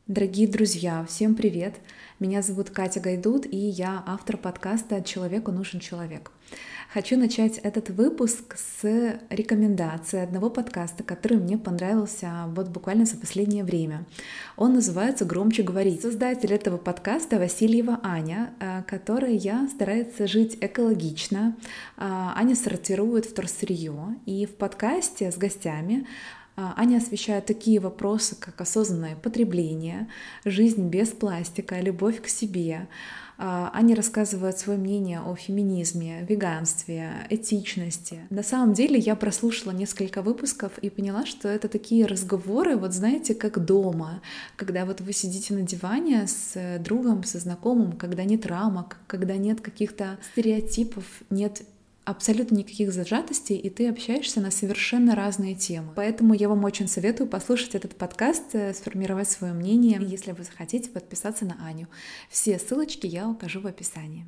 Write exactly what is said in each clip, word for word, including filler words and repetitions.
Дорогие друзья, всем привет! Меня зовут Катя Гайдут, и я автор подкаста «Человеку нужен человек». Хочу начать этот выпуск с рекомендации одного подкаста, который мне понравился вот буквально за последнее время. Он называется «Громче говорить». Создатель этого подкаста Васильева Аня, которая старается жить экологично. Аня сортирует вторсырье, и в подкасте с гостями Аня освещает такие вопросы, как осознанное потребление, жизнь без пластика, любовь к себе. Аня рассказывает свое мнение о феминизме, веганстве, этичности. На самом деле я прослушала несколько выпусков и поняла, что это такие разговоры, вот знаете, как дома, когда вот вы сидите на диване с другом, со знакомым, когда нет рамок, когда нет каких-то стереотипов, нет абсолютно никаких зажатостей, и ты общаешься на совершенно разные темы. Поэтому я вам очень советую послушать этот подкаст, сформировать свое мнение, и если вы захотите, подписаться на Аню. Все ссылочки я укажу в описании.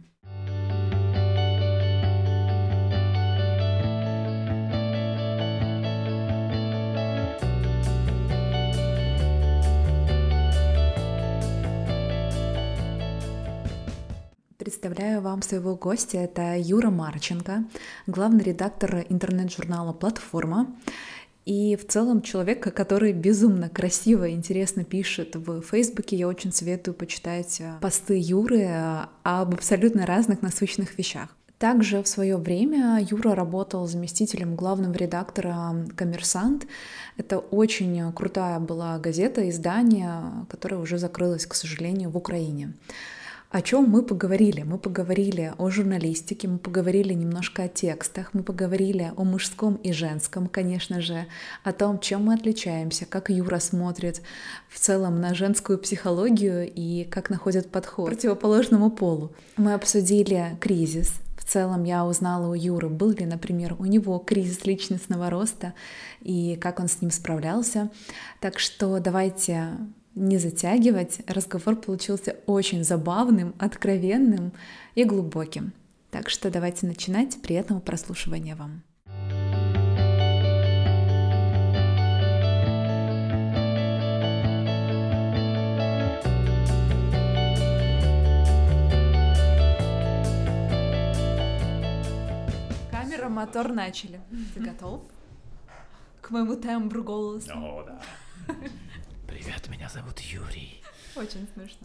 Представляю вам своего гостя. Это Юра Марченко, главный редактор интернет-журнала «Платформа». И в целом человек, который безумно красиво и интересно пишет в Фейсбуке. Я очень советую почитать посты Юры об абсолютно разных насущных вещах. Также в свое время Юра работал заместителем главного редактора «Коммерсант». Это очень крутая была газета, издание, которое уже закрылось, к сожалению, в Украине. О чем мы поговорили? Мы поговорили о журналистике, мы поговорили немножко о текстах, мы поговорили о мужском и женском, конечно же, о том, чем мы отличаемся, как Юра смотрит в целом на женскую психологию и как находит подход к противоположному полу. Мы обсудили кризис. В целом я узнала у Юры, был ли, например, у него кризис личностного роста и как он с ним справлялся. Так что давайте не затягивать. Разговор получился очень забавным, откровенным и глубоким. Так что давайте начинать. Приятного прослушивания вам. Камера, мотор, начали. Ты готов к моему тембру голоса? О, да. Привет, меня зовут Юрий. Очень смешно.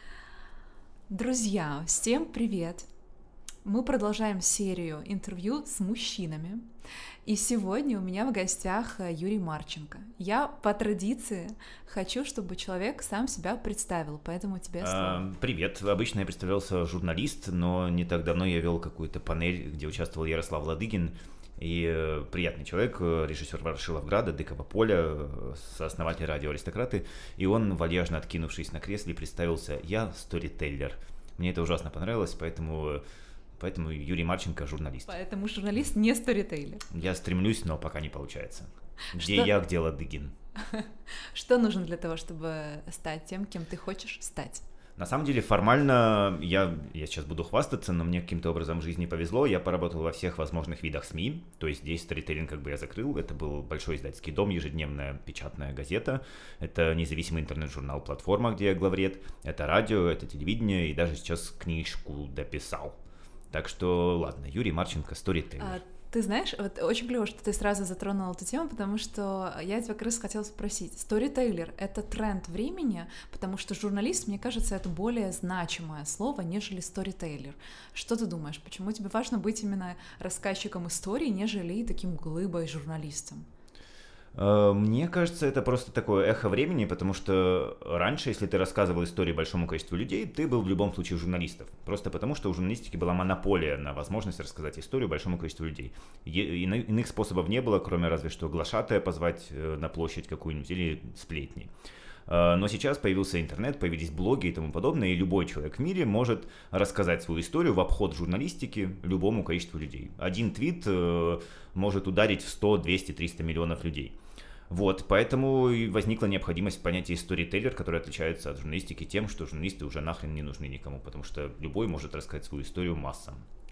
Друзья, всем привет! Мы продолжаем серию интервью с мужчинами. И сегодня у меня в гостях Юрий Марченко. Я по традиции хочу, чтобы человек сам себя представил, поэтому тебе слово. А, привет. Обычно я представлялся журналист, но не так давно я вел какую-то панель, где участвовал Ярослав Ладыгин. И э, приятный человек, режиссер Ворошиловграда, Дикого поля, сооснователь радио «Аристократы». И он, вальяжно откинувшись на кресле, представился: «Я сторителлер». Мне это ужасно понравилось, поэтому, поэтому Юрий Марченко журналист. Поэтому журналист не сторителлер. Я стремлюсь, но пока не получается. Где Что... я, где Ладыгин? Что нужно для того, чтобы стать тем, кем ты хочешь стать? На самом деле, формально, я, я сейчас буду хвастаться, но мне каким-то образом в жизни повезло. Я поработал во всех возможных видах СМИ, то есть здесь сторителлинг как бы я закрыл. Это был большой издательский дом, ежедневная печатная газета. Это независимый интернет-журнал «Платформа», где я главред. Это радио, это телевидение, и даже сейчас книжку дописал. Так что, ладно, Юрий Марченко, сторителлер. А... Ты знаешь, вот очень клево, что ты сразу затронул эту тему, потому что я тебя как раз хотела спросить. Сторителлер — это тренд времени, потому что журналист, мне кажется, это более значимое слово, нежели сторителлер. Что ты думаешь, почему тебе важно быть именно рассказчиком истории, нежели таким глыбой журналистом? Мне кажется, это просто такое эхо времени, потому что раньше, если ты рассказывал истории большому количеству людей, ты был в любом случае журналистом. Просто потому, что у журналистики была монополия на возможность рассказать историю большому количеству людей. Иных способов не было, кроме разве что глашатая позвать на площадь какую-нибудь или сплетни. Но сейчас появился интернет, появились блоги и тому подобное, и любой человек в мире может рассказать свою историю в обход журналистики любому количеству людей. Один твит может ударить в сто, двести, триста миллионов людей. Вот, поэтому и возникла необходимость в понятии сторителлер, который отличается от журналистики тем, что журналисты уже нахрен не нужны никому, потому что любой может рассказать свою историю массам.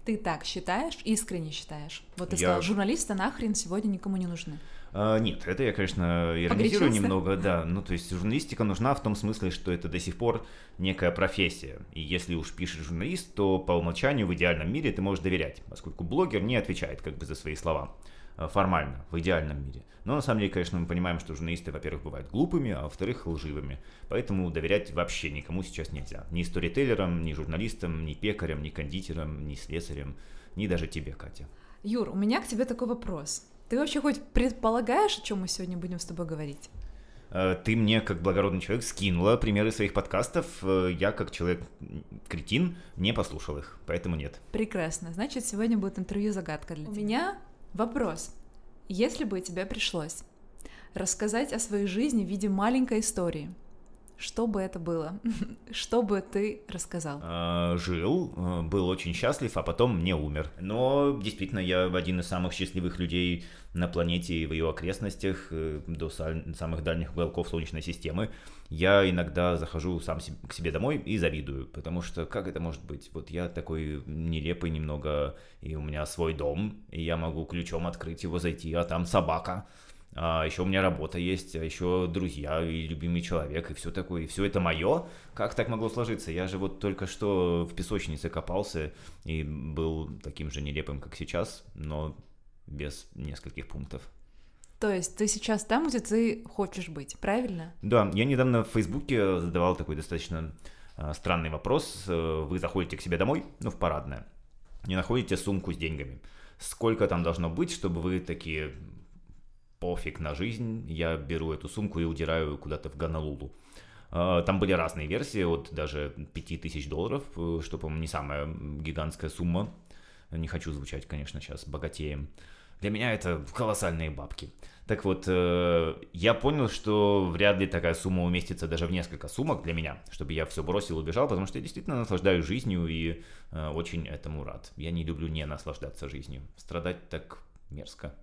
Ты так считаешь, искренне считаешь? Вот ты Я... сказал, журналисты нахрен сегодня никому не нужны. А, нет, это я, конечно, иронизирую немного, да. Ну, то есть журналистика нужна в том смысле, что это до сих пор некая профессия. И если уж пишет журналист, то по умолчанию в идеальном мире ты можешь доверять, поскольку блогер не отвечает как бы за свои слова формально, в идеальном мире. Но на самом деле, конечно, мы понимаем, что журналисты, во-первых, бывают глупыми, а во-вторых, лживыми. Поэтому доверять вообще никому сейчас нельзя. Ни сторителлерам, ни журналистам, ни пекарям, ни кондитерам, ни слесарям, ни даже тебе, Катя. Юр, у меня к тебе такой вопрос. Ты вообще хоть предполагаешь, о чем мы сегодня будем с тобой говорить? Ты мне, как благородный человек, скинула примеры своих подкастов. Я, как человек-кретин, не послушал их, поэтому нет. Прекрасно. Значит, сегодня будет интервью-загадка для тебя. У меня вопрос. Если бы тебе пришлось рассказать о своей жизни в виде маленькой истории, что бы это было? Что бы ты рассказал? Жил, был очень счастлив, а потом не умер. Но действительно, я один из самых счастливых людей на планете и в ее окрестностях, до самых дальних уголков Солнечной системы. Я иногда захожу сам к себе домой и завидую, потому что как это может быть? Вот я такой нелепый немного, и у меня свой дом, и я могу ключом открыть его, зайти, а там собака. А еще у меня работа есть, а еще друзья и любимый человек, и все такое, и все это мое. Как так могло сложиться? Я же вот только что в песочнице копался и был таким же нелепым, как сейчас, но без нескольких пунктов. То есть ты сейчас там, где ты хочешь быть, правильно? Да, я недавно в Фейсбуке задавал такой достаточно э, странный вопрос. Вы заходите к себе домой, ну, в парадное, и находите сумку с деньгами. Сколько там должно быть, чтобы вы такие... пофиг на жизнь, я беру эту сумку и удираю куда-то в Гонолулу. Там были разные версии, от даже пяти тысяч долларов, что, по-моему, не самая гигантская сумма. Не хочу звучать, конечно, сейчас богатеем. Для меня это колоссальные бабки. Так вот, я понял, что вряд ли такая сумма уместится даже в несколько сумок для меня, чтобы я все бросил и убежал, потому что я действительно наслаждаюсь жизнью и очень этому рад. Я не люблю не наслаждаться жизнью. Страдать так мерзко.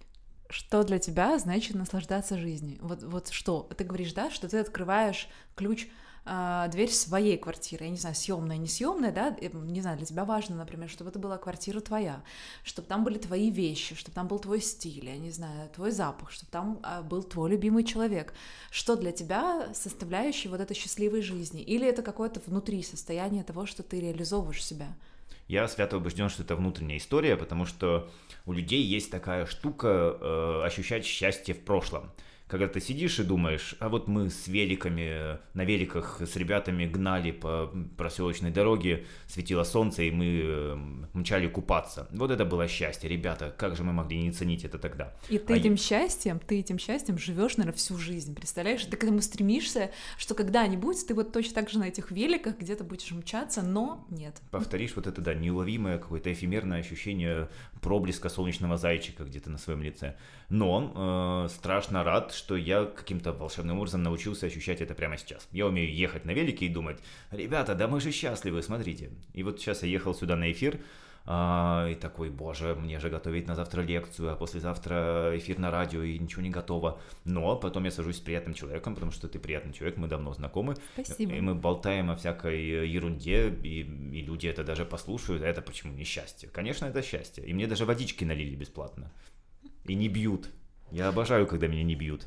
Что для тебя значит наслаждаться жизнью? Вот, вот что? Ты говоришь, да, что ты открываешь ключ, э, дверь своей квартиры, я не знаю, съемная, не съемная, да, не знаю, для тебя важно, например, чтобы это была квартира твоя, чтобы там были твои вещи, чтобы там был твой стиль, я не знаю, твой запах, чтобы там э, был твой любимый человек. Что для тебя составляющий вот этой счастливой жизни? Или это какое-то внутри состояние того, что ты реализовываешь себя? Я свято убежден, что это внутренняя история, потому что у людей есть такая штука э, ощущать счастье в прошлом. Когда ты сидишь и думаешь, а вот мы с великами, на великах с ребятами гнали по проселочной дороге, светило солнце, и мы мчали купаться. Вот это было счастье, ребята, как же мы могли не ценить это тогда? И ты а этим я... счастьем, ты этим счастьем живешь, наверное, всю жизнь, представляешь? Ты к этому стремишься, что когда-нибудь ты вот точно так же на этих великах где-то будешь мчаться, но нет. Повторишь вот это, да, неуловимое какое-то эфемерное ощущение проблеска солнечного зайчика где-то на своем лице. Но э, страшно рад, что я каким-то волшебным образом научился ощущать это прямо сейчас. Я умею ехать на велике и думать, ребята, да мы же счастливы, смотрите. И вот сейчас я ехал сюда на эфир, а, и такой, боже, мне же готовить на завтра лекцию, а послезавтра эфир на радио, и ничего не готово. Но потом я сажусь с приятным человеком, потому что ты приятный человек, мы давно знакомы. Спасибо. И мы болтаем о всякой ерунде, и, и люди это даже послушают. А это почему не счастье? Конечно, это счастье. И мне даже водички налили бесплатно. И не бьют. Я обожаю, когда меня не бьют.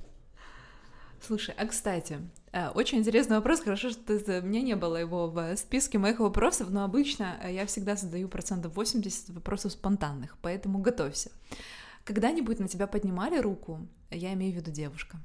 Слушай, а кстати, очень интересный вопрос, хорошо, что ты, у меня не было его в списке моих вопросов, но обычно я всегда задаю процентов восемьдесят вопросов спонтанных, поэтому готовься. Когда-нибудь на тебя поднимали руку? Я имею в виду девушка.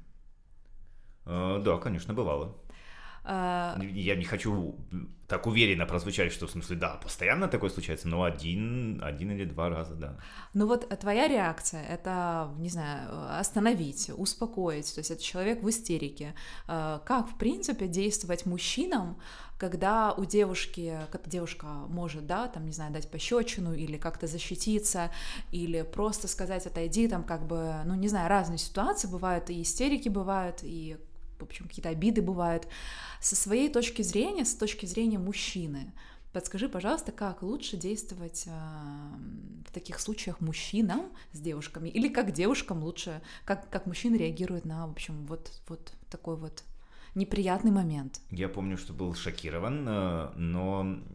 А, да, конечно, бывало. А... Я не хочу так уверенно прозвучать, что в смысле, да, постоянно такое случается, но один, один или два раза, да. Ну вот твоя реакция — это, не знаю, остановить, успокоить, то есть это человек в истерике. Как, в принципе, действовать мужчинам, когда у девушки, когда девушка может, да, там, не знаю, дать пощечину или как-то защититься, или просто сказать «отойди», там, как бы, ну, не знаю, разные ситуации бывают, и истерики бывают, и в общем, какие-то обиды бывают. Со своей точки зрения, с точки зрения мужчины, подскажи, пожалуйста, как лучше действовать э, в таких случаях мужчинам с девушками, или как девушкам лучше, как, как мужчины реагируют на, в общем, вот, вот такой вот неприятный момент. Я помню, что был шокирован, но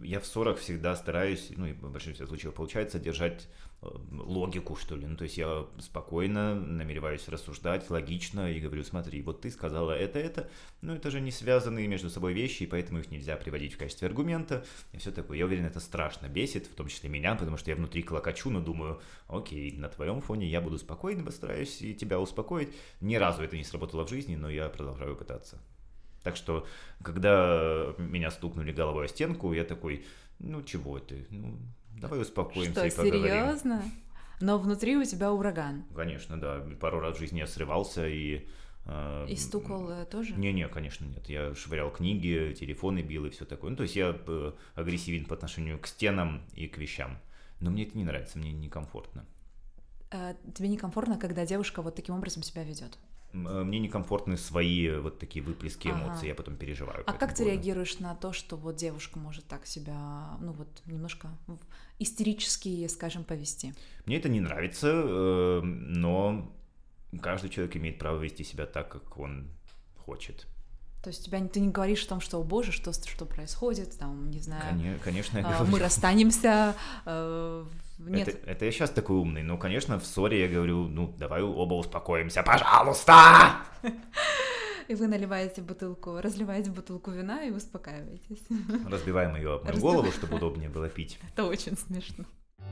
я в ссорах всегда стараюсь, ну и в большинстве случаев получается, держать логику, что ли. Ну, то есть я спокойно намереваюсь рассуждать логично и говорю, смотри, вот ты сказала это, это, но это же не связанные между собой вещи, и поэтому их нельзя приводить в качестве аргумента, и все такое. Я уверен, это страшно бесит, в том числе меня, потому что я внутри клокочу, но думаю, окей, на твоем фоне я буду спокойно, постараюсь и тебя успокоить. Ни разу это не сработало в жизни, но я продолжаю пытаться. Так что, когда меня стукнули головой о стенку, я такой, ну чего ты, ну давай успокоимся что, и поговорим. Серьезно? Но внутри у тебя ураган. Конечно, да. Пару раз в жизни я срывался и... Э, и стукал тоже? Не-не, конечно, нет. Я швырял книги, телефоны бил и все такое. Ну, то есть я э, агрессивен по отношению к стенам и к вещам. Но мне это не нравится, мне некомфортно. А, тебе некомфортно, когда девушка вот таким образом себя ведет? Мне некомфортны свои вот такие выплески эмоций, ага. Я потом переживаю. А как ты реагируешь на то, что вот девушка может так себя, ну вот, немножко истерически, скажем, повести? Мне это не нравится, но каждый человек имеет право вести себя так, как он хочет. То есть тебя, ты не говоришь о том, что, о боже, что, что происходит, там, не знаю, конечно, конечно я э, говорю. Мы расстанемся, э, нет. Это, это я сейчас такой умный, но, конечно, в ссоре я говорю, ну, давай оба успокоимся, пожалуйста! И вы наливаете бутылку, разливаете бутылку вина и успокаиваетесь. Разбиваем ее об мою голову, чтобы удобнее было пить. Это очень смешно.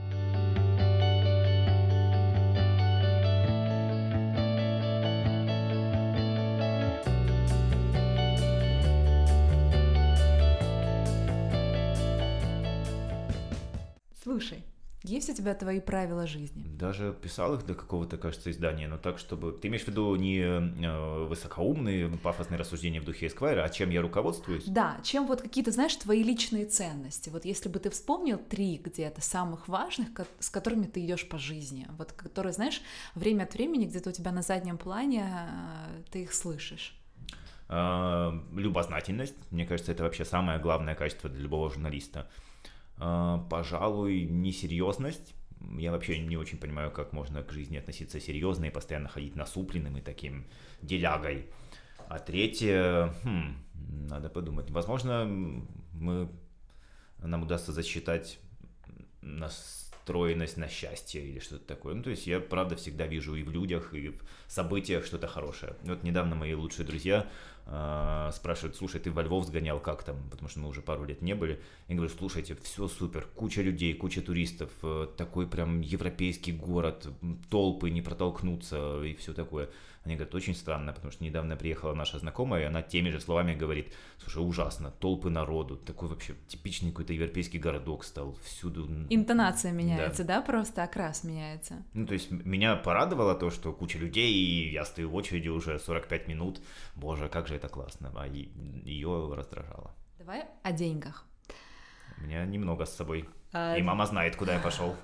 Слушай, есть у тебя твои правила жизни? Даже писал их до какого-то, кажется, издания, но так, чтобы... Ты имеешь в виду не э, высокоумные, пафосные рассуждения в духе Эсквайра, а чем я руководствуюсь? Да, чем вот какие-то, знаешь, твои личные ценности. Вот если бы ты вспомнил три где-то самых важных, с которыми ты идешь по жизни, вот которые, знаешь, время от времени где-то у тебя на заднем плане ты их слышишь. Любознательность, мне кажется, это вообще самое главное качество для любого журналиста. Пожалуй, несерьезность. Я вообще не очень понимаю, как можно к жизни относиться серьезно и постоянно ходить насупленным и таким делягой. А третье, хм, надо подумать. Возможно, мы, нам удастся засчитать настроенность на счастье или что-то такое. Ну, то есть я, правда, всегда вижу и в людях, и в событиях что-то хорошее. Вот недавно мои лучшие друзья э, спрашивают, слушай, ты во Львов сгонял, как там? Потому что мы уже пару лет не были. Я говорю, слушайте, все супер, куча людей, куча туристов, э, такой прям европейский город, толпы, не протолкнуться и все такое. Они говорят, очень странно, потому что недавно приехала наша знакомая, и она теми же словами говорит, слушай, ужасно, толпы народу, такой вообще типичный какой-то европейский городок стал, всюду... Интонация меняется, да, да? Просто окрас меняется. Ну, то есть меня порадовало то, что куча людей, и я стою в очереди уже сорок пять минут, боже, как же это классно, а ее раздражало. Давай о деньгах. У меня немного с собой, а... и мама знает, куда я пошел.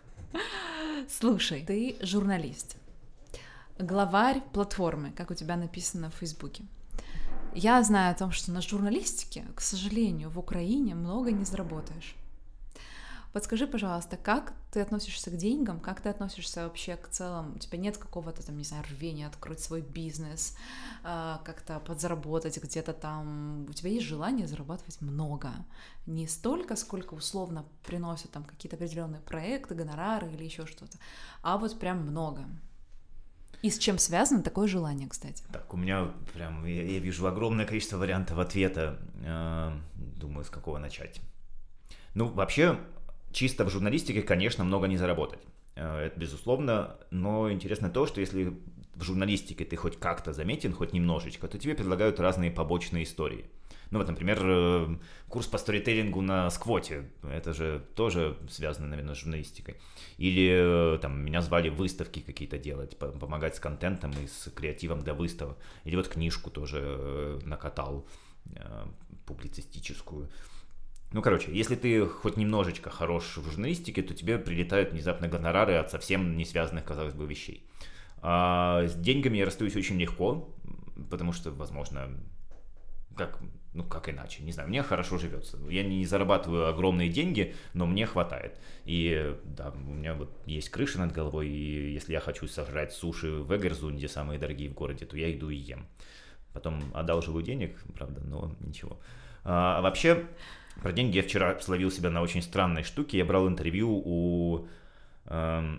Слушай, ты журналист. Главарь платформы, как у тебя написано в Фейсбуке. Я знаю о том, что на журналистике, к сожалению, в Украине много не заработаешь. Подскажи, пожалуйста, как ты относишься к деньгам, как ты относишься вообще к целому? У тебя нет какого-то там, не знаю, рвения открыть свой бизнес, как-то подзаработать где-то там. У тебя есть желание зарабатывать много. Не столько, сколько условно приносят там какие-то определенные проекты, гонорары или еще что-то, а вот прям много. И с чем связано такое желание, кстати? Так, у меня прям, я, я вижу огромное количество вариантов ответа. Э, думаю, с какого начать. Ну, вообще, чисто в журналистике, конечно, много не заработать. Э, это безусловно, но интересно то, что если в журналистике ты хоть как-то заметен, хоть немножечко, то тебе предлагают разные побочные истории. Ну вот, например, курс по сторителлингу на Сквоте, это же тоже связано, наверное, с журналистикой. Или там меня звали выставки какие-то делать, помогать с контентом и с креативом для выставок. Или вот книжку тоже накатал, публицистическую. Ну, короче, если ты хоть немножечко хорош в журналистике, то тебе прилетают внезапно гонорары от совсем не связанных, казалось бы, вещей. А с деньгами я расстаюсь очень легко, потому что, возможно, как... Ну, как иначе, не знаю, мне хорошо живется. Я не зарабатываю огромные деньги, но мне хватает. И да, у меня вот есть крыша над головой, и если я хочу сожрать суши в Эгерзу, где самые дорогие в городе, то я иду и ем. Потом одалживаю денег, правда, но ничего. А, вообще, про деньги я вчера словил себя на очень странной штуке. Я брал интервью у, э,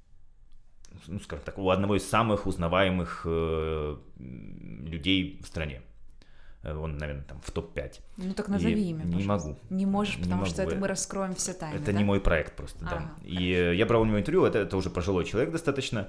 ну, скажем так, у одного из самых узнаваемых э, людей в стране. Он, наверное, там в топ пять. Ну так назови и имя, не пожалуйста. могу. Не можешь, не потому могу. что это мы раскроем все тайны, Это да? не мой проект просто, ага, да. И хорошо. Я брал у него интервью, это, это уже пожилой человек достаточно,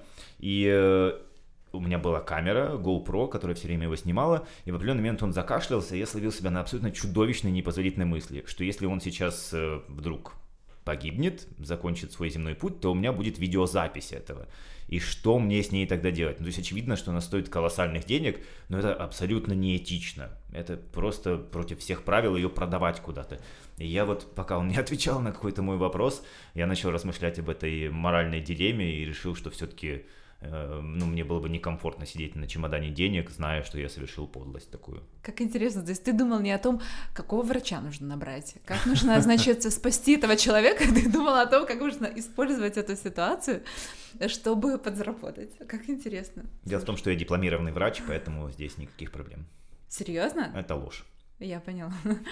и у меня была камера GoPro, которая все время его снимала, и в определенный момент он закашлялся, и я словил себя на абсолютно чудовищной непозволительной мысли, что если он сейчас вдруг погибнет, закончит свой земной путь, то у меня будет видеозапись этого. И что мне с ней тогда делать? Ну, то есть очевидно, что она стоит колоссальных денег, но это абсолютно неэтично. Это просто против всех правил ее продавать куда-то. И я вот, пока он не отвечал на какой-то мой вопрос, я начал размышлять об этой моральной дилемме и решил, что все-таки ну, мне было бы некомфортно сидеть на чемодане денег, зная, что я совершил подлость такую. Как интересно, то есть ты думал не о том, какого врача нужно набрать, как нужно, значит, спасти этого человека, ты думал о том, как нужно использовать эту ситуацию, чтобы подзаработать. Как интересно. Дело в том, что я дипломированный врач, поэтому здесь никаких проблем. Серьезно? Это ложь. Я поняла.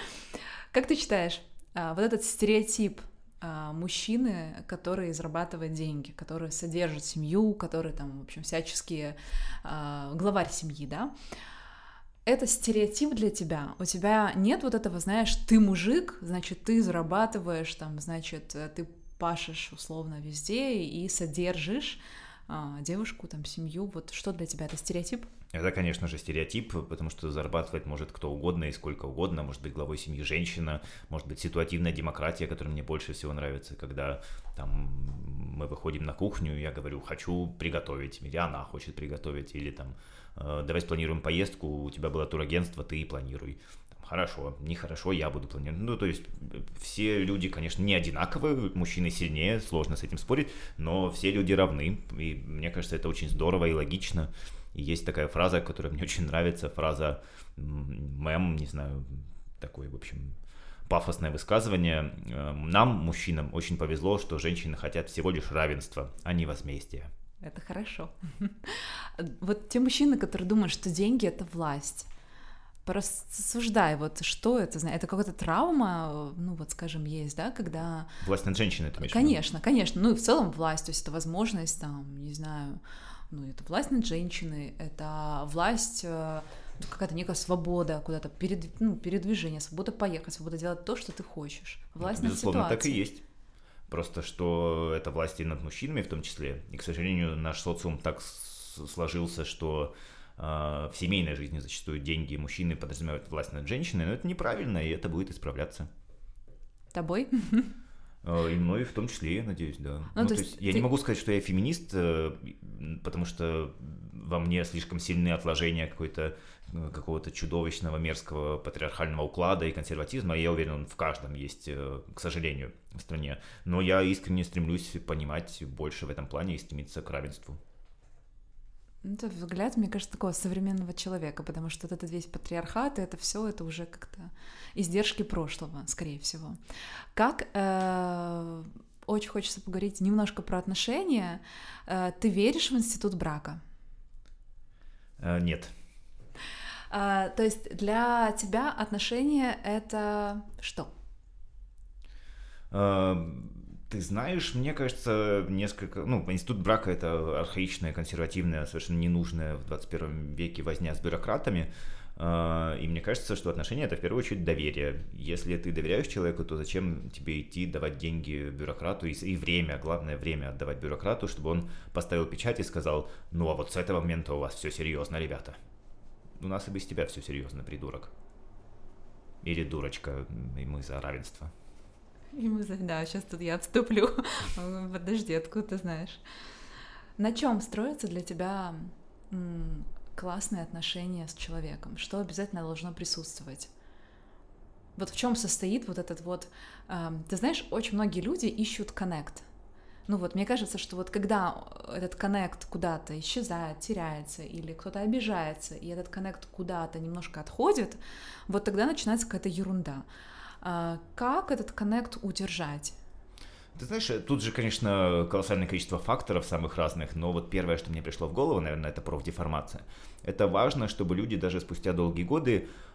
Как ты считаешь, вот этот стереотип мужчины, который зарабатывает деньги, который содержит семью, который там, в общем, всячески э, главарь семьи, да? Это стереотип для тебя. У тебя нет вот этого, знаешь, ты мужик, значит, ты зарабатываешь, там, значит, ты пашешь условно везде и содержишь э, девушку, там, семью. Вот что для тебя это стереотип? Это, конечно же, стереотип, потому что зарабатывать может кто угодно и сколько угодно. Может быть, главой семьи женщина, может быть, ситуативная демократия, которая мне больше всего нравится, когда там мы выходим на кухню, я говорю, хочу приготовить, или она хочет приготовить, или там, давай спланируем поездку, у тебя было турагентство, ты и планируй. Хорошо, нехорошо, я буду планировать. Ну, то есть все люди, конечно, не одинаковые, мужчины сильнее, сложно с этим спорить, но все люди равны, и мне кажется, это очень здорово и логично. И есть такая фраза, которая мне очень нравится, фраза мем, не знаю, такое, в общем, пафосное высказывание. Нам, мужчинам, очень повезло, что женщины хотят всего лишь равенства, а не возмездия. Это хорошо. Вот те мужчины, которые думают, что деньги — это власть, порассуждай, вот что это, это какая-то травма, ну вот скажем, есть, да, когда... Власть над женщиной, ты имеешь в виду? Конечно, конечно, ну и в целом власть, то есть это возможность, там, не знаю, ну это власть над женщиной, это власть, какая-то некая свобода куда-то, перед, ну, передвижение, свобода поехать, свобода делать то, что ты хочешь, власть ну, над ситуацией. Безусловно, так и есть. Просто что это власть и над мужчинами в том числе, и, к сожалению, наш социум так сложился, что в семейной жизни зачастую деньги мужчины подразумевают власть над женщиной, но это неправильно, и это будет исправляться. Тобой? И мной в том числе, я надеюсь, да. Ну, ну, то есть, я ты... не могу сказать, что я феминист, потому что во мне слишком сильные отложения какой-то, какого-то чудовищного, мерзкого патриархального уклада и консерватизма. Я уверен, он в каждом есть, к сожалению, в стране. Но я искренне стремлюсь понимать больше в этом плане и стремиться к равенству. Это взгляд, мне кажется, такого современного человека, потому что вот этот весь патриархат, это все, это уже как-то издержки прошлого, скорее всего. Как э, очень хочется поговорить немножко про отношения. Э, ты веришь в институт брака? Э, нет. Э, то есть для тебя отношения — это что? Э, Ты знаешь, мне кажется, несколько... Ну, институт брака — это архаичная, консервативная, совершенно ненужная в двадцать первом веке возня с бюрократами. И мне кажется, что отношения — это в первую очередь доверие. Если ты доверяешь человеку, то зачем тебе идти давать деньги бюрократу и, и время, главное время отдавать бюрократу, чтобы он поставил печать и сказал, ну а вот с этого момента у вас все серьезно, ребята. У нас и без тебя все серьезно, придурок. Или дурочка, и мы за равенство. И мы, да, сейчас тут я отступлю. Подожди, откуда ты знаешь? На чем строятся для тебя м, классные отношения с человеком? Что обязательно должно присутствовать? Вот в чем состоит вот этот вот... Э, ты знаешь, очень многие люди ищут коннект. Ну вот, мне кажется, что вот когда этот коннект куда-то исчезает, теряется, или кто-то обижается, и этот коннект куда-то немножко отходит, вот тогда начинается какая-то ерунда. Как этот коннект удержать? Ты знаешь, тут же, конечно, колоссальное количество факторов самых разных, но вот первое, что мне пришло в голову, наверное, это профдеформация. Это важно, чтобы люди даже спустя долгие годы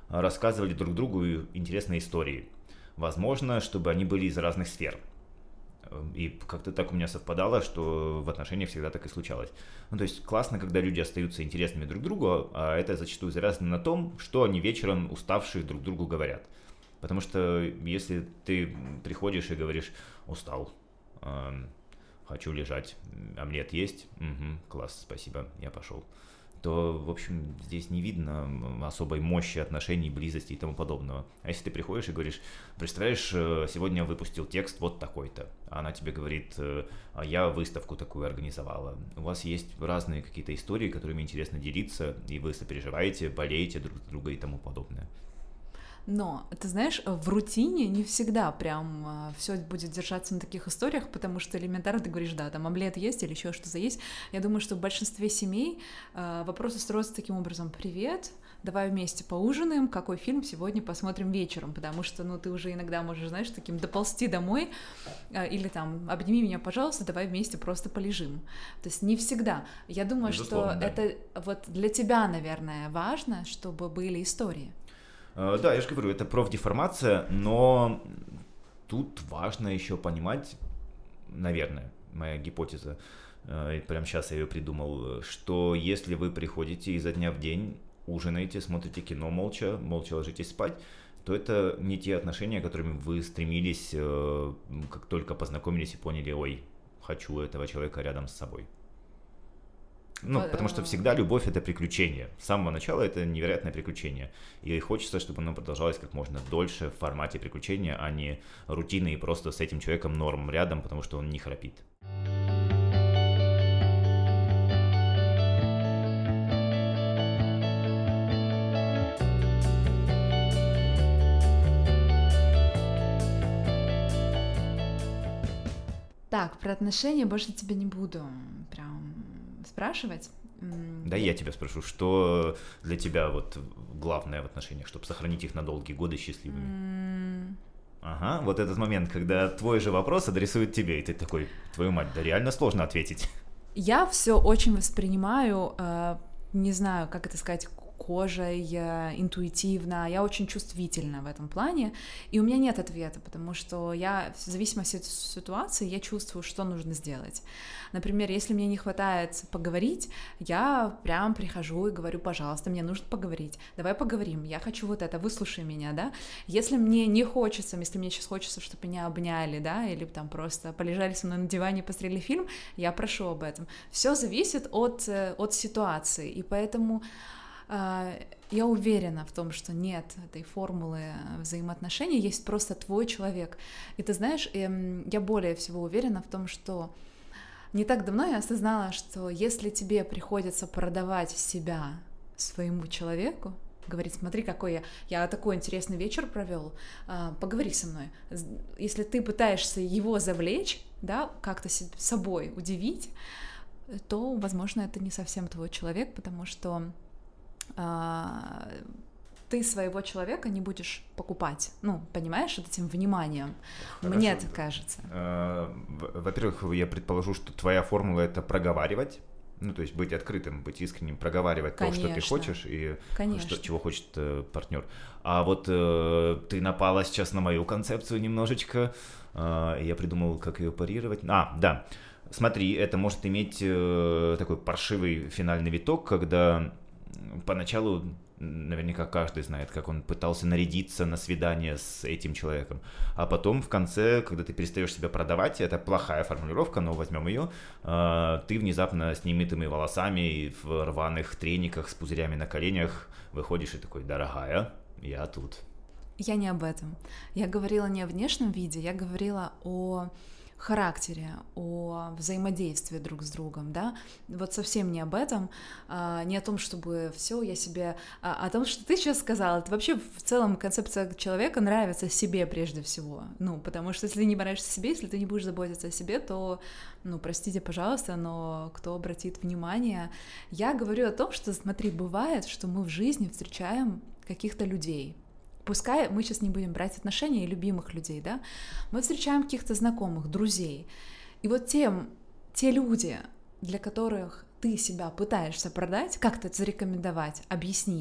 рассказывали друг другу интересные истории. Возможно, чтобы они были из разных сфер. И как-то так у меня совпадало, что в отношениях всегда так и случалось. Ну, то есть классно, когда люди остаются интересными друг другу, а это зачастую завязано на том, что они вечером уставшие друг другу говорят. Потому что если ты приходишь и говоришь: устал, э, хочу лежать, омлет есть? Угу, класс, спасибо, я пошел. То, в общем, здесь не видно особой мощи отношений, близости и тому подобного. А если ты приходишь и говоришь: представляешь, сегодня выпустил текст вот такой-то, а она тебе говорит: а я выставку такую организовала. У вас есть разные какие-то истории, которыми интересно делиться, и вы сопереживаете, болеете друг друга и тому подобное. Но, ты знаешь, в рутине не всегда прям все будет держаться на таких историях, потому что элементарно ты говоришь: да, там омлет есть или еще что-то есть. Я думаю, что в большинстве семей вопросы строятся таким образом: привет, давай вместе поужинаем, какой фильм сегодня посмотрим вечером, потому что, ну, ты уже иногда можешь, знаешь, таким доползти домой, или там: обними меня, пожалуйста, давай вместе просто полежим. То есть не всегда. Я думаю, Безусловно, что да. это вот для тебя, наверное, важно, чтобы были истории. Да, я же говорю, это профдеформация, но тут важно еще понимать, наверное, моя гипотеза, прямо сейчас я ее придумал, что если вы приходите изо дня в день, ужинаете, смотрите кино молча, молча ложитесь спать, то это не те отношения, которыми вы стремились, как только познакомились и поняли: ой, хочу этого человека рядом с собой. Ну, потому что всегда любовь — это приключение. С самого начала это невероятное приключение. И хочется, чтобы оно продолжалось как можно дольше в формате приключения, а не рутины и просто с этим человеком норм рядом, потому что он не храпит. Так, про отношения больше тебя не буду прям спрашивать. Да, я тебя спрошу, что для тебя вот главное в отношениях, чтобы сохранить их на долгие годы счастливыми? Mm. Ага, вот этот момент, когда твой же вопрос адресует тебе, и ты такой: твою мать, да реально сложно ответить. Я все очень воспринимаю, э, не знаю, как это сказать, кожей, интуитивно, я очень чувствительна в этом плане, и у меня нет ответа, потому что я, в зависимости от ситуации, я чувствую, что нужно сделать. Например, если мне не хватает поговорить, я прям прихожу и говорю: пожалуйста, мне нужно поговорить, давай поговорим, я хочу вот это, выслушай меня, да. Если мне не хочется, если мне сейчас хочется, чтобы меня обняли, да, или там просто полежали со мной на диване и посмотрели фильм, я прошу об этом. Все зависит от, от ситуации, и поэтому я уверена в том, что нет этой формулы взаимоотношений, есть просто твой человек. И ты знаешь, я более всего уверена в том, что не так давно я осознала, что если тебе приходится продавать себя своему человеку, говорить: смотри, какой я, я такой интересный вечер провел, поговори со мной. Если ты пытаешься его завлечь, да, как-то собой удивить, то, возможно, это не совсем твой человек, потому что ты своего человека не будешь покупать, ну, понимаешь, вот этим вниманием. Хорошо. Мне это кажется. Во-первых, я предположу, что твоя формула — это проговаривать, ну, то есть быть открытым, быть искренним, проговаривать Конечно. То, что ты хочешь и что, чего хочет э, партнер. А вот э, ты напала сейчас на мою концепцию немножечко, э, я придумал, как ее парировать. А, да, смотри, это может иметь э, такой паршивый финальный виток, когда поначалу наверняка каждый знает, как он пытался нарядиться на свидание с этим человеком, а потом в конце, когда ты перестаешь себя продавать, это плохая формулировка, но возьмем ее, ты внезапно с немытыми волосами в рваных трениках с пузырями на коленях выходишь и такой: дорогая, я тут. Я не об этом. Я говорила не о внешнем виде, я говорила о характере, о взаимодействии друг с другом, да, вот совсем не об этом, а, не о том, чтобы все я себе, а, о том, что ты сейчас сказала, это вообще в целом концепция человека нравится себе прежде всего, ну, потому что если ты не нравишься себе, если ты не будешь заботиться о себе, то, ну, простите, пожалуйста, но кто обратит внимание? Я говорю о том, что, смотри, бывает, что мы в жизни встречаем каких-то людей. Пускай мы сейчас не будем брать отношения и любимых людей, да, мы встречаем каких-то знакомых, друзей. И вот тем, те люди, для которых ты себя пытаешься продать, как-то зарекомендовать, объяснить,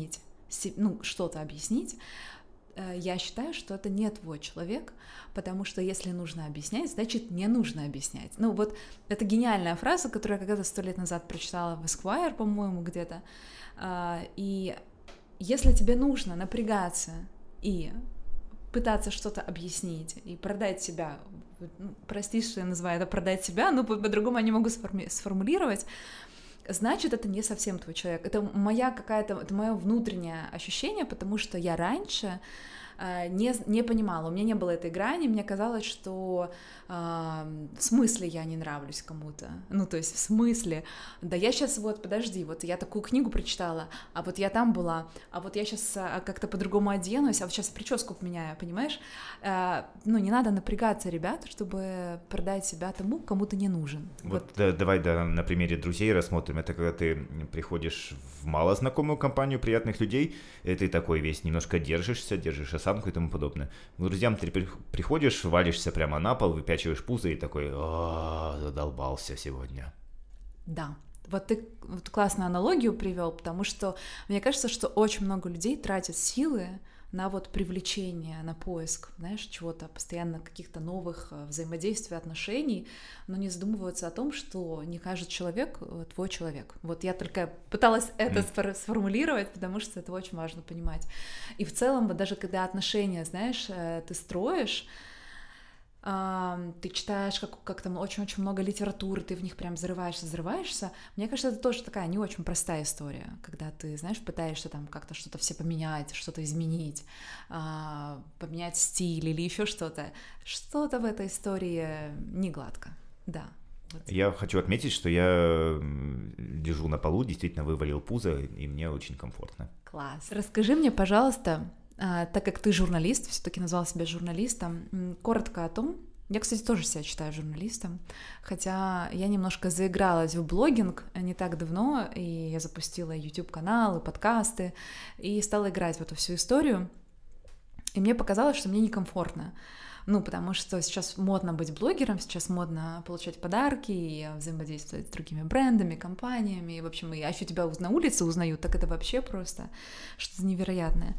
ну, что-то объяснить, я считаю, что это не твой человек, потому что если нужно объяснять, значит, не нужно объяснять. Ну вот это гениальная фраза, которую я когда-то сто лет назад прочитала в Esquire, по-моему, где-то. И если тебе нужно напрягаться и пытаться что-то объяснить и продать себя, ну, прости, что я называю это продать себя, но по-другому я не могу сформи- сформулировать, значит, это не совсем твой человек. Это моя какая-то, это мое внутреннее ощущение, потому что я раньше э, не, не понимала, у меня не было этой грани, мне казалось, что э, в смысле я не нравлюсь кому-то, ну, то есть в смысле, да я сейчас вот, подожди, вот я такую книгу прочитала, а вот я там была, а вот я сейчас э, как-то по-другому оденусь, а вот сейчас прическу поменяю, понимаешь? Э, ну, не надо напрягаться, ребята, чтобы продать себя тому, кому ты не нужен. Вот, вот. Да, давай да, на примере друзей рассмотрим. Это когда ты приходишь в малознакомую компанию приятных людей, и ты такой весь немножко держишься, держишь осанку и тому подобное. К друзьям ты приходишь, валишься прямо на пол, выпячиваешь пузо и такой: «А, задолбался сегодня». Да, вот ты вот классную аналогию привел, потому что мне кажется, что очень много людей тратят силы на вот привлечение, на поиск, знаешь, чего-то, постоянно каких-то новых взаимодействий, отношений, но не задумываются о том, что не каждый человек твой человек. Вот я только пыталась это mm. сформулировать, потому что это очень важно понимать. И в целом, вот даже когда отношения, знаешь, ты строишь, ты читаешь как, как там очень-очень много литературы, ты в них прям взрываешься, взрываешься. Мне кажется, это тоже такая не очень простая история, когда ты, знаешь, пытаешься там как-то что-то все поменять, что-то изменить, поменять стиль или еще что-то. Что-то в этой истории не гладко, да. Вот. Я хочу отметить, что я лежу на полу, действительно вывалил пузо, и мне очень комфортно. Класс. Расскажи мне, пожалуйста, так как ты журналист, все-таки назвал себя журналистом, коротко о том, я, кстати, тоже себя считаю журналистом, хотя я немножко заигралась в блогинг не так давно, и я запустила YouTube-канал, и подкасты, и стала играть в эту всю историю, и мне показалось, что мне некомфортно. Ну, потому что сейчас модно быть блогером, сейчас модно получать подарки и взаимодействовать с другими брендами, компаниями, и, в общем, я еще тебя на улице узнаю, так это вообще просто что-то невероятное.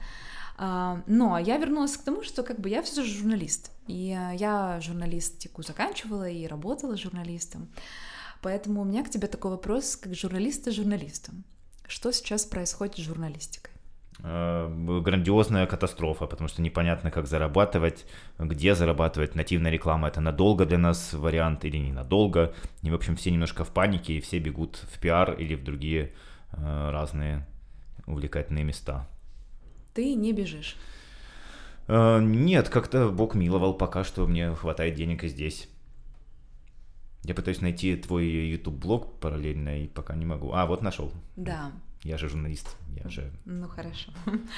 Но я вернулась к тому, что как бы я все же журналист, и я журналистику заканчивала и работала журналистом, поэтому у меня к тебе такой вопрос, как журналиста журналистом. Что сейчас происходит с журналистикой? Грандиозная катастрофа, потому что непонятно, как зарабатывать, где зарабатывать. Нативная реклама — это надолго для нас вариант или ненадолго. И, в общем, все немножко в панике, и все бегут в пиар или в другие разные увлекательные места. Ты не бежишь? Нет, как-то Бог миловал, пока что мне хватает денег и здесь. Я пытаюсь найти твой YouTube-блог параллельно, и пока не могу. А, вот нашел. Да. Я же журналист, я же... Ну, хорошо.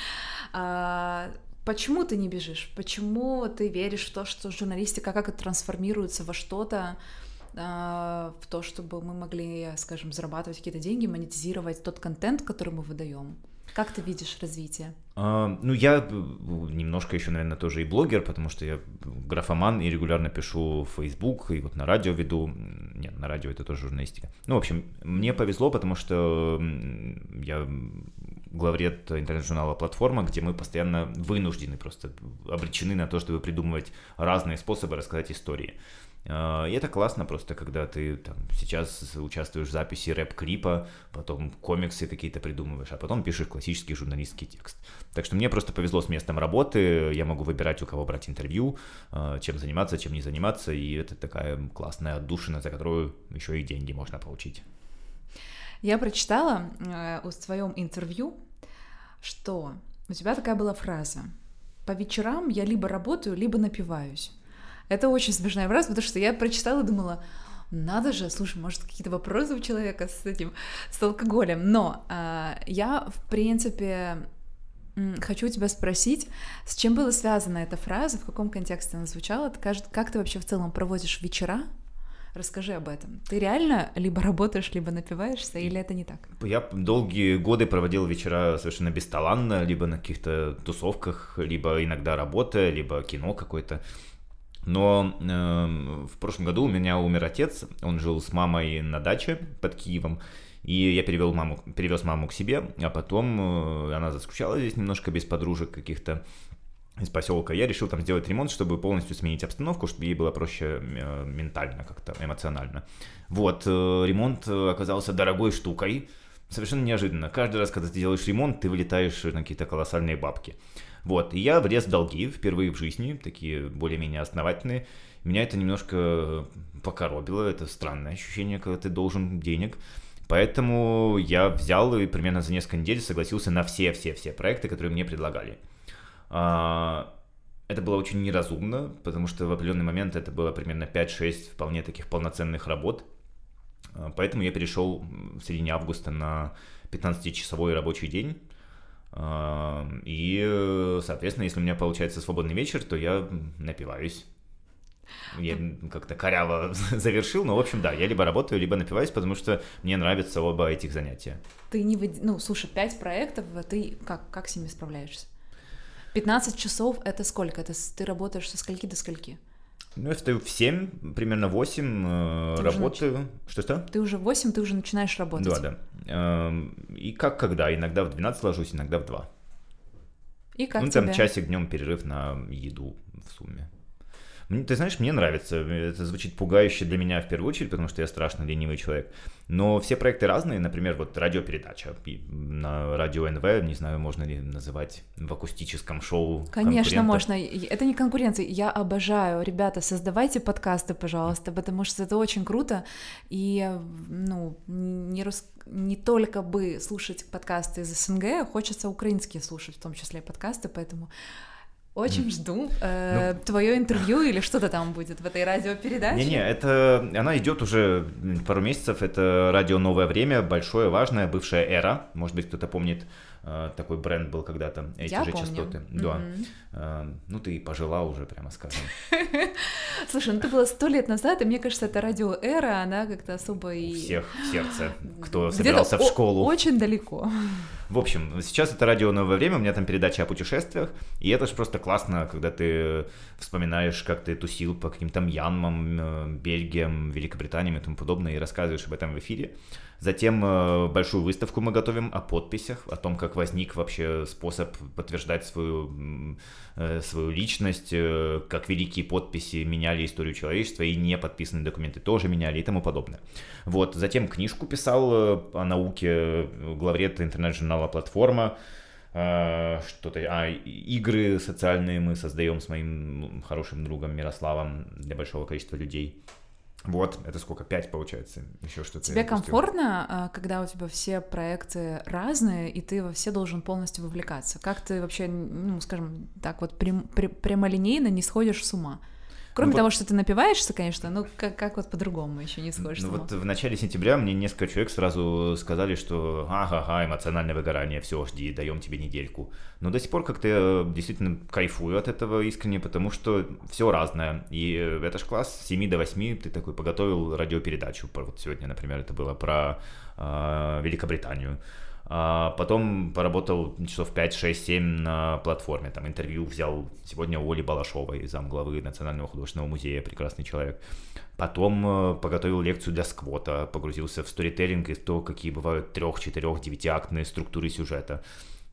А, почему ты не бежишь? Почему ты веришь в то, что журналистика, как это трансформируется во что-то, а, в то, чтобы мы могли, скажем, зарабатывать какие-то деньги, монетизировать тот контент, который мы выдаем? Как ты видишь развитие? А, ну, я немножко еще, наверное, тоже и блогер, потому что я графоман и регулярно пишу в Facebook, и вот на радио веду. Нет, на радио это тоже журналистика. Ну, в общем, мне повезло, потому что я главред интернет-журнала «Платформа», где мы постоянно вынуждены, просто обречены на то, чтобы придумывать разные способы рассказать истории. И это классно просто, когда ты там, сейчас участвуешь в записи рэп-клипа, потом комиксы какие-то придумываешь, а потом пишешь классический журналистский текст. Так что мне просто повезло с местом работы, я могу выбирать, у кого брать интервью, чем заниматься, чем не заниматься, и это такая классная отдушина, за которую еще и деньги можно получить. Я прочитала э, в своем интервью, что у тебя такая была фраза: «По вечерам я либо работаю, либо напиваюсь». Это очень смешная фраза, потому что я прочитала и думала, надо же, слушай, может, какие-то вопросы у человека с этим, с алкоголем. Но э, я, в принципе, хочу тебя спросить, с чем была связана эта фраза, в каком контексте она звучала, как ты вообще в целом проводишь вечера? Расскажи об этом. Ты реально либо работаешь, либо напиваешься, или это не так? Я долгие годы проводил вечера совершенно бесталанно, либо на каких-то тусовках, либо иногда работая, либо кино какое-то. Но э, в прошлом году у меня умер отец, он жил с мамой на даче под Киевом, И я перевел маму, перевез маму к себе, а потом она заскучала здесь немножко без подружек каких-то из поселка. Я решил там сделать ремонт, чтобы полностью сменить обстановку, чтобы ей было проще ментально как-то, эмоционально. Вот, ремонт оказался дорогой штукой, совершенно неожиданно. Каждый раз, когда ты делаешь ремонт, ты вылетаешь на какие-то колоссальные бабки. Вот, и я влез в долги впервые в жизни, такие более-менее основательные. Меня это немножко покоробило, это странное ощущение, когда ты должен денег. Поэтому я взял и примерно за несколько недель согласился на все-все-все проекты, которые мне предлагали. Это было очень неразумно, потому что в определенный момент это было примерно пять-шесть вполне таких полноценных работ. Поэтому я перешел в середине августа на пятнадцатичасовой рабочий день. И, соответственно, если у меня получается свободный вечер, то я напиваюсь. Я как-то коряво завершил, но, в общем, да, я либо работаю, либо напиваюсь, потому что мне нравятся оба этих занятия. Ты не... Ну, слушай, пять проектов, ты как, как с ними справляешься? пятнадцать часов — это сколько? Это ты работаешь со скольки до скольки? Ну, я встаю в семь, примерно восемь, э, работаю. Нач... Что-что? Ты уже в восемь, ты уже начинаешь работать. Да, да. Э, и как когда? Иногда в двенадцать ложусь, иногда в два. И как ну, тебе? Там часик днем перерыв на еду в сумме. Ты знаешь, мне нравится, это звучит пугающе для меня в первую очередь, потому что я страшно ленивый человек, но все проекты разные, например, вот радиопередача на радио эн вэ, не знаю, можно ли называть в акустическом шоу. Конечно, можно, это не конкуренция, я обожаю, ребята, создавайте подкасты, пожалуйста, потому что это очень круто, и, ну, не, рус... не только бы слушать подкасты из эс эн гэ, хочется украинские слушать, в том числе подкасты, поэтому... Очень жду э, ну, твое интервью или что-то там будет в этой радиопередаче. Не-не, это она идет уже пару месяцев. Это радио «Новое время», большое, важное, бывшая «Эра». Может быть, кто-то помнит, э, такой бренд был когда-то. Эти Я же помню. частоты. Да. Mm-hmm. Э, ну, ты пожила уже, прямо скажем. Слушай, ну это было сто лет назад, и мне кажется, это радио «Эра», она как-то особо и... У всех в сердце, кто собирался в школу. Очень далеко. В общем, сейчас это радио «Новое время», у меня там передача о путешествиях, и это же просто классно, когда ты вспоминаешь, как ты тусил по каким-то Мьянмам, Бельгиям, Великобританиям и тому подобное, и рассказываешь об этом в эфире. Затем большую выставку мы готовим о подписях, о том, как возник вообще способ подтверждать свою, свою личность, как великие подписи меняли историю человечества, и неподписанные документы тоже меняли и тому подобное. Вот. Затем книжку писал о науке, главред интернет-журнала «Платформа». Что-то, а, игры социальные мы создаем с моим хорошим другом Мирославом для большого количества людей. Вот, это сколько? Пять, получается? Еще что-то. Тебе комфортно, когда у тебя все проекты разные, и ты во все должен полностью вовлекаться? Как ты вообще, ну, скажем так, вот прям, прямолинейно не сходишь с ума? Кроме ну, того, вот... что ты напиваешься, конечно, но как, как вот по-другому еще не сходишь ну, с ума? Вот в начале сентября мне несколько человек сразу сказали, что ага-ага, эмоциональное выгорание, все, жди, даем тебе недельку. Но до сих пор как-то я действительно кайфую от этого искренне, потому что все разное. И это ж класс, с семи до восьми ты такой поготовил радиопередачу. Вот сегодня, например, это было про э, Великобританию. А потом поработал часов пять, шесть, семь на платформе, там интервью взял сегодня у Оли Балашовой, замглавы Национального художественного музея, прекрасный человек. Потом поготовил лекцию для сквота, погрузился в сторителлинг и в то, какие бывают трех, четырех, девятиактные структуры сюжета.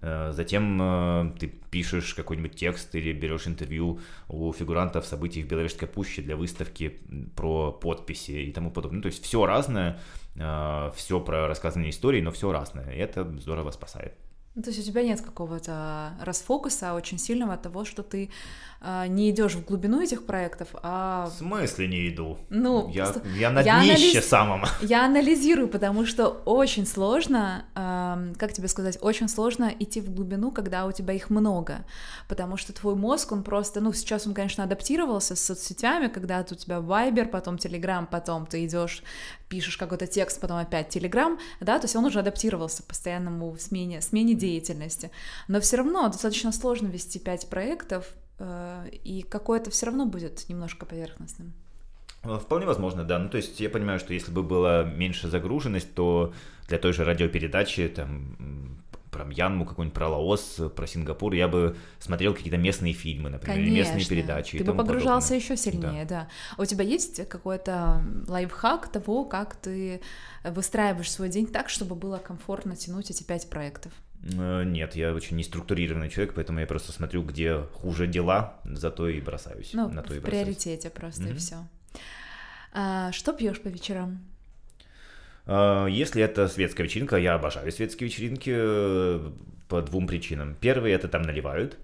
Затем ты пишешь какой-нибудь текст или берешь интервью у фигурантов событий в Беловежской пуще для выставки про подписи и тому подобное. Ну, то есть все разное, все про рассказанные истории, но все разное, и это здорово спасает. Ну, то есть у тебя нет какого-то расфокуса очень сильного от того, что ты э, не идешь в глубину этих проектов, а... В смысле не иду? Ну, я, я на я днище анализ... самом. Я анализирую, потому что очень сложно, э, как тебе сказать, очень сложно идти в глубину, когда у тебя их много, потому что твой мозг, он просто, ну, сейчас он, конечно, адаптировался с соцсетями, когда у тебя Viber, потом Telegram, потом ты идешь, пишешь какой-то текст, потом опять Telegram, да, то есть он уже адаптировался к постоянному смене, смене деятельности, но все равно достаточно сложно вести пять проектов, э, и какое-то все равно будет немножко поверхностным. Вполне возможно, да. Ну, то есть я понимаю, что если бы была меньше загруженность, то для той же радиопередачи там про Мьянму, какой-нибудь про Лаос, про Сингапур, я бы смотрел какие-то местные фильмы, например, или местные передачи. Ты и бы тому погружался подобное. еще сильнее, да. Да. А у тебя есть какой-то лайфхак того, как ты выстраиваешь свой день так, чтобы было комфортно тянуть эти пять проектов? Нет, я очень неструктурированный человек, поэтому я просто смотрю, где хуже дела, зато и бросаюсь. Ну, на то и в бросаюсь. приоритете просто, Mm-hmm. и все. А, что пьешь по вечерам? Если это светская вечеринка, я обожаю светские вечеринки по двум причинам. Первый — это там наливают,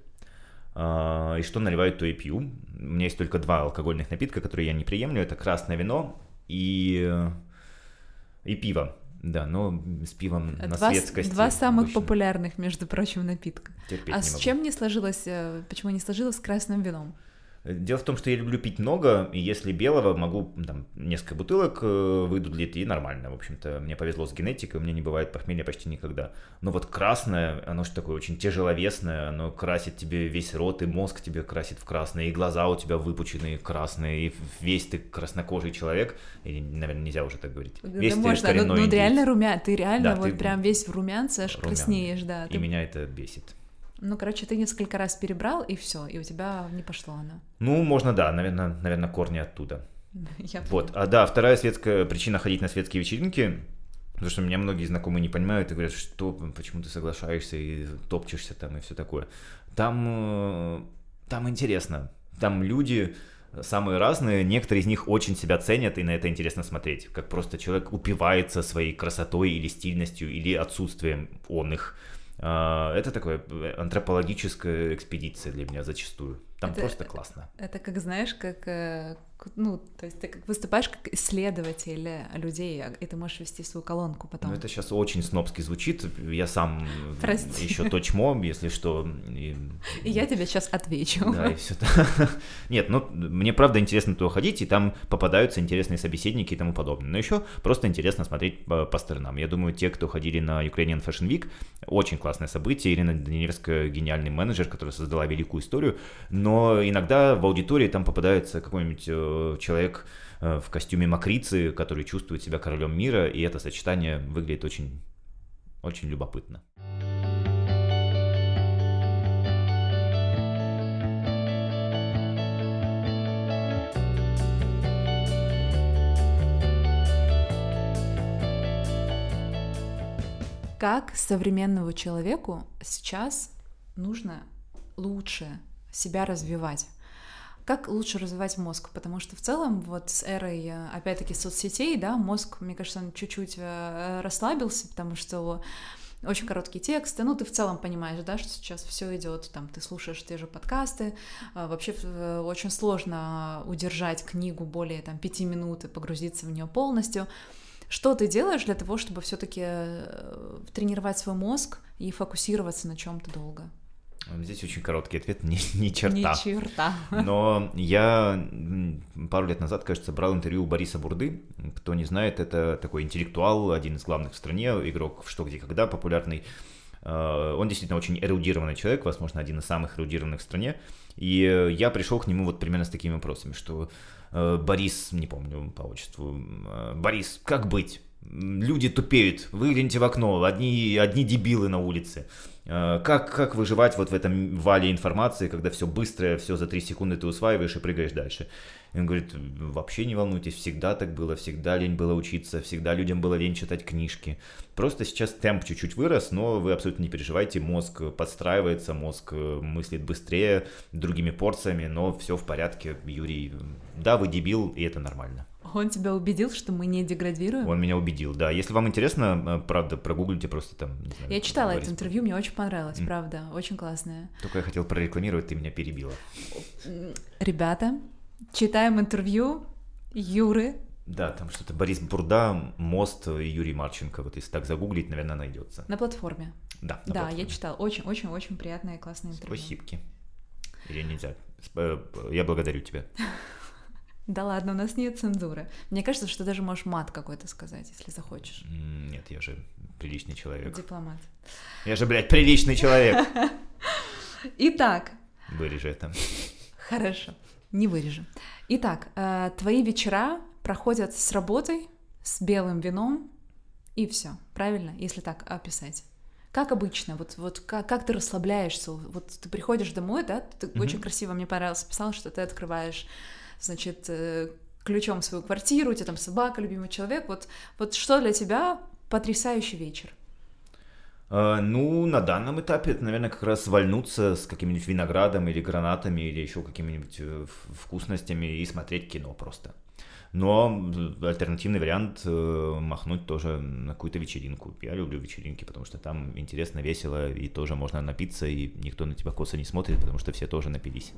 и что наливают, то и пью. У меня есть только два алкогольных напитка, которые я не приемлю. Это красное вино и, и пиво. Да, но с пивом на два, светскости. Два самых обычно популярных, между прочим, напитка. Терпеть а не с могу. чем не сложилось, почему не сложилось с красным вином? Дело в том, что я люблю пить много, и если белого, могу там несколько бутылок выйдут лить, и нормально. В общем-то, мне повезло с генетикой, у меня не бывает похмелья почти никогда. Но вот красное, оно же такое очень тяжеловесное, оно красит тебе весь рот, и мозг тебе красит в красное, и глаза у тебя выпученные красные, и весь ты краснокожий человек. Или, наверное, нельзя уже так говорить. Да Весь можно, ты коренной ну, ну индейец. реально румян, ты реально Да, вот ты прям весь в румянце, аж румяный. краснеешь, да. И Ты... меня это бесит. Ну, короче, ты несколько раз перебрал, и все, и у тебя не пошло оно. Ну, можно, да, наверное, наверное, корни оттуда. Я вот, а да, вторая светская причина ходить на светские вечеринки, потому что меня многие знакомые не понимают и говорят, что, почему ты соглашаешься и топчешься там и все такое. Там, там интересно, там люди самые разные, некоторые из них очень себя ценят, и на это интересно смотреть, как просто человек упивается своей красотой или стильностью, или отсутствием он их. Это такая антропологическая экспедиция для меня зачастую. Там это, просто классно. Это как, знаешь, как, ну, то есть ты как выступаешь как исследователь людей, и ты можешь вести свою колонку потом. Ну, это сейчас очень снобски звучит. Я сам Прости. еще точмо, если что. И, и я тебе сейчас отвечу. Да, и все. Нет, ну, мне правда интересно туда ходить, и там попадаются интересные собеседники и тому подобное. Но еще просто интересно смотреть по, по сторонам. Я думаю, те, кто ходили на Ukrainian Fashion Week, очень классное событие. Ирина Данилевская — гениальный менеджер, которая создала великую историю. Но иногда в аудитории там попадается какой-нибудь э, человек э, в костюме мокрицы, который чувствует себя королем мира, и это сочетание выглядит очень, очень любопытно. Как современному человеку сейчас нужно лучше себя развивать? Как лучше развивать мозг? Потому что в целом вот с эрой, опять-таки, соцсетей, да, мозг, мне кажется, он чуть-чуть расслабился, потому что очень короткие тексты, ну, ты в целом понимаешь, да, что сейчас все идет, там, ты слушаешь те же подкасты, вообще очень сложно удержать книгу более, там, пяти минут и погрузиться в нее полностью. Что ты делаешь для того, чтобы все-таки тренировать свой мозг и фокусироваться на чем-то долго? Здесь очень короткий ответ, ни, ни черта. Ни черта. Но я пару лет назад, кажется, брал интервью у Бориса Бурды. Кто не знает, это такой интеллектуал, один из главных в стране, игрок в «Что, где, когда» популярный. Он действительно очень эрудированный человек, возможно, один из самых эрудированных в стране. И я пришел к нему вот примерно с такими вопросами, что Борис, не помню по отчеству, Борис, как быть? Люди тупеют, выгляните в окно, одни, одни дебилы на улице. Как, как выживать вот в этом вале информации, когда все быстрое, все за три секунды ты усваиваешь и прыгаешь дальше? И он говорит, вообще не волнуйтесь, всегда так было, всегда лень было учиться, всегда людям было лень читать книжки. Просто сейчас темп чуть-чуть вырос, но вы абсолютно не переживайте, мозг подстраивается, мозг мыслит быстрее, другими порциями, но все в порядке, Юрий. Да, вы дебил, и это нормально. Он тебя убедил, что мы не деградируем? Он меня убедил, да. Если вам интересно, правда, прогуглите просто там. Не знаю, я читала Борис это интервью, мне очень понравилось, mm. правда, очень классное. Только я хотел прорекламировать, ты меня перебила. Ребята, читаем интервью Юры. Да, там что-то Борис Бурда, Мост и Юрий Марченко. Вот если так загуглить, наверное, найдется. На платформе. Да, да, на платформе. Я читала. Очень-очень-очень приятное и классное интервью. Спасибо. Или нельзя. Я благодарю тебя. Да ладно, у нас нет цензуры. Мне кажется, что ты даже можешь мат какой-то сказать, если захочешь. Нет, я же приличный человек. Дипломат. Я же, блядь, приличный человек. Итак. Вырежи это. Хорошо, не вырежем. Итак, твои вечера проходят с работой, с белым вином, и все, правильно, если так описать? как обычно, вот, вот как, как ты расслабляешься, вот ты приходишь домой, да, ты mm-hmm. очень красиво, мне понравилось, писал, что ты открываешь, значит, ключом свою квартиру, у тебя там собака, любимый человек, вот, вот что для тебя потрясающий вечер? Uh, ну, на данном этапе это, наверное, как раз вальнуться с каким-нибудь виноградом или гранатами или еще какими-нибудь вкусностями и смотреть кино просто. Но альтернативный вариант э, махнуть тоже на какую-то вечеринку. Я люблю вечеринки, потому что там интересно, весело, и тоже можно напиться, и никто на тебя косо не смотрит, потому что все тоже напились.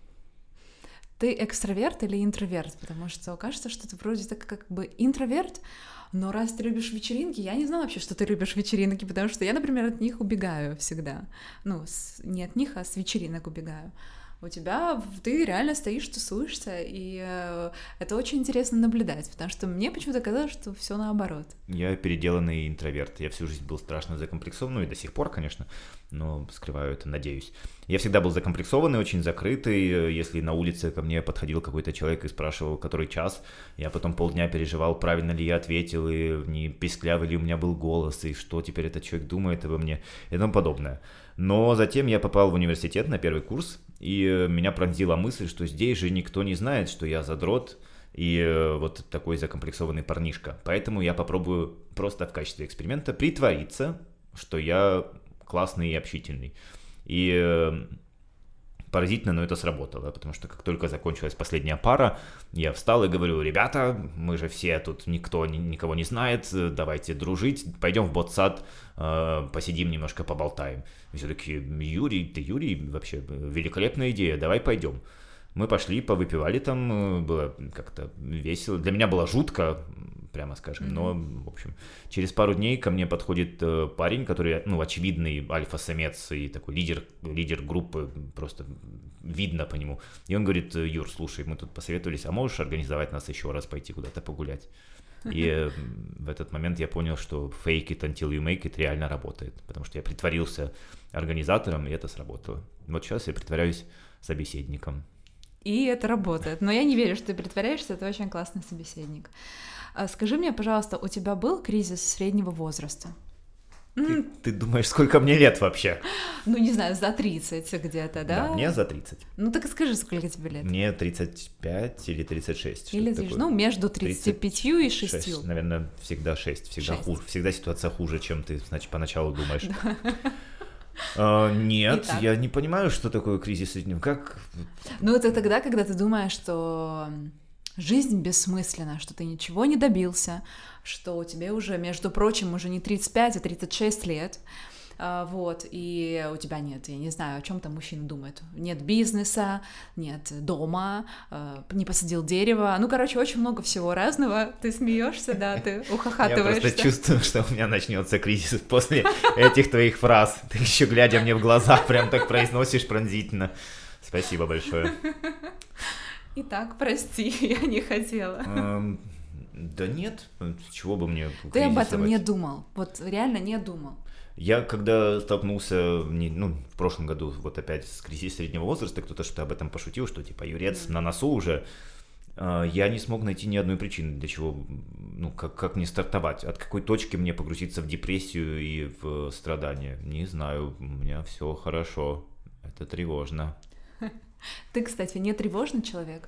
Ты экстраверт или интроверт? Потому что кажется, что ты вроде так как бы интроверт, но раз ты любишь вечеринки, я не знала вообще, что ты любишь вечеринки, потому что я, например, от них убегаю всегда. Ну, с, не от них, а с вечеринок убегаю. У тебя, ты реально стоишь, тусуешься, и э, это очень интересно наблюдать, потому что мне почему-то казалось, что все наоборот. Я переделанный интроверт. Я всю жизнь был страшно закомплексован, ну и до сих пор, конечно, но скрываю это, надеюсь. Я всегда был закомплексованный, очень закрытый. Если на улице ко мне подходил какой-то человек и спрашивал, который час, я потом полдня переживал, правильно ли я ответил, и не писклявый ли у меня был голос, и что теперь этот человек думает обо мне, и тому подобное. Но затем я попал в университет на первый курс, и меня пронзила мысль, что здесь же никто не знает, что я задрот и вот такой закомплексованный парнишка. Поэтому я попробую просто в качестве эксперимента притвориться, что я классный и общительный. И поразительно, но это сработало, потому что как только закончилась последняя пара, я встал и говорю: ребята, мы же все тут, никто никого не знает, давайте дружить, пойдем в ботсад, посидим немножко, поболтаем. И все такие: Юрий, ты Юрий, вообще великолепная идея, давай пойдем. Мы пошли, повыпивали там, было как-то весело. Для меня было жутко, прямо скажем, mm-hmm. но, в общем, через пару дней ко мне подходит э, парень, который, ну, очевидный альфа-самец и такой лидер, лидер группы, просто видно по нему. И он говорит: Юр, слушай, мы тут посоветовались, а можешь организовать нас еще раз пойти куда-то погулять? И э, в этот момент я понял, что fake it until you make it реально работает, потому что я притворился организатором, и это сработало. Вот сейчас я притворяюсь собеседником. И это работает. Но я не верю, что ты притворяешься, это очень классный собеседник. Скажи мне, пожалуйста, у тебя был кризис среднего возраста? Ты, ты думаешь, сколько мне лет вообще? Ну, не знаю, за тридцать где-то, да? Да, мне за тридцать. Ну, так и скажи, сколько тебе лет? Мне тридцать пять или тридцать шесть. Или, ну, между тридцатью пятью и шестью. Наверное, всегда шесть, всегда хуже. Всегда ситуация хуже, чем ты, значит, поначалу думаешь. Uh, нет, Итак. Я не понимаю, что такое кризис среднего. Как? Ну, это тогда, когда ты думаешь, что жизнь бессмысленна, что ты ничего не добился, что тебе уже, между прочим, уже не тридцать пять, а тридцать шесть лет. Uh, вот, и у тебя нет, я не знаю, о чем там мужчина думает. Нет бизнеса, нет дома, uh, не посадил дерево. Ну, короче, очень много всего разного. Ты смеешься, да, ты ухахатываешься. Я просто чувствую, что у меня начнется кризис после этих твоих фраз. Ты еще, глядя мне в глаза, прям так произносишь пронзительно. Спасибо большое. Итак, прости, я не хотела. Um, да нет, с чего бы мне кризисовать? Ты об этом не думал, вот реально не думал. Я когда столкнулся, ну, в прошлом году вот опять с кризисом среднего возраста, кто-то что-то об этом пошутил, что типа юрец mm-hmm. на носу уже, я не смог найти ни одной причины, для чего, ну, как, как мне стартовать, от какой точки мне погрузиться в депрессию и в страдания. Не знаю, у меня все хорошо, это тревожно. Ты, кстати, не тревожный человек?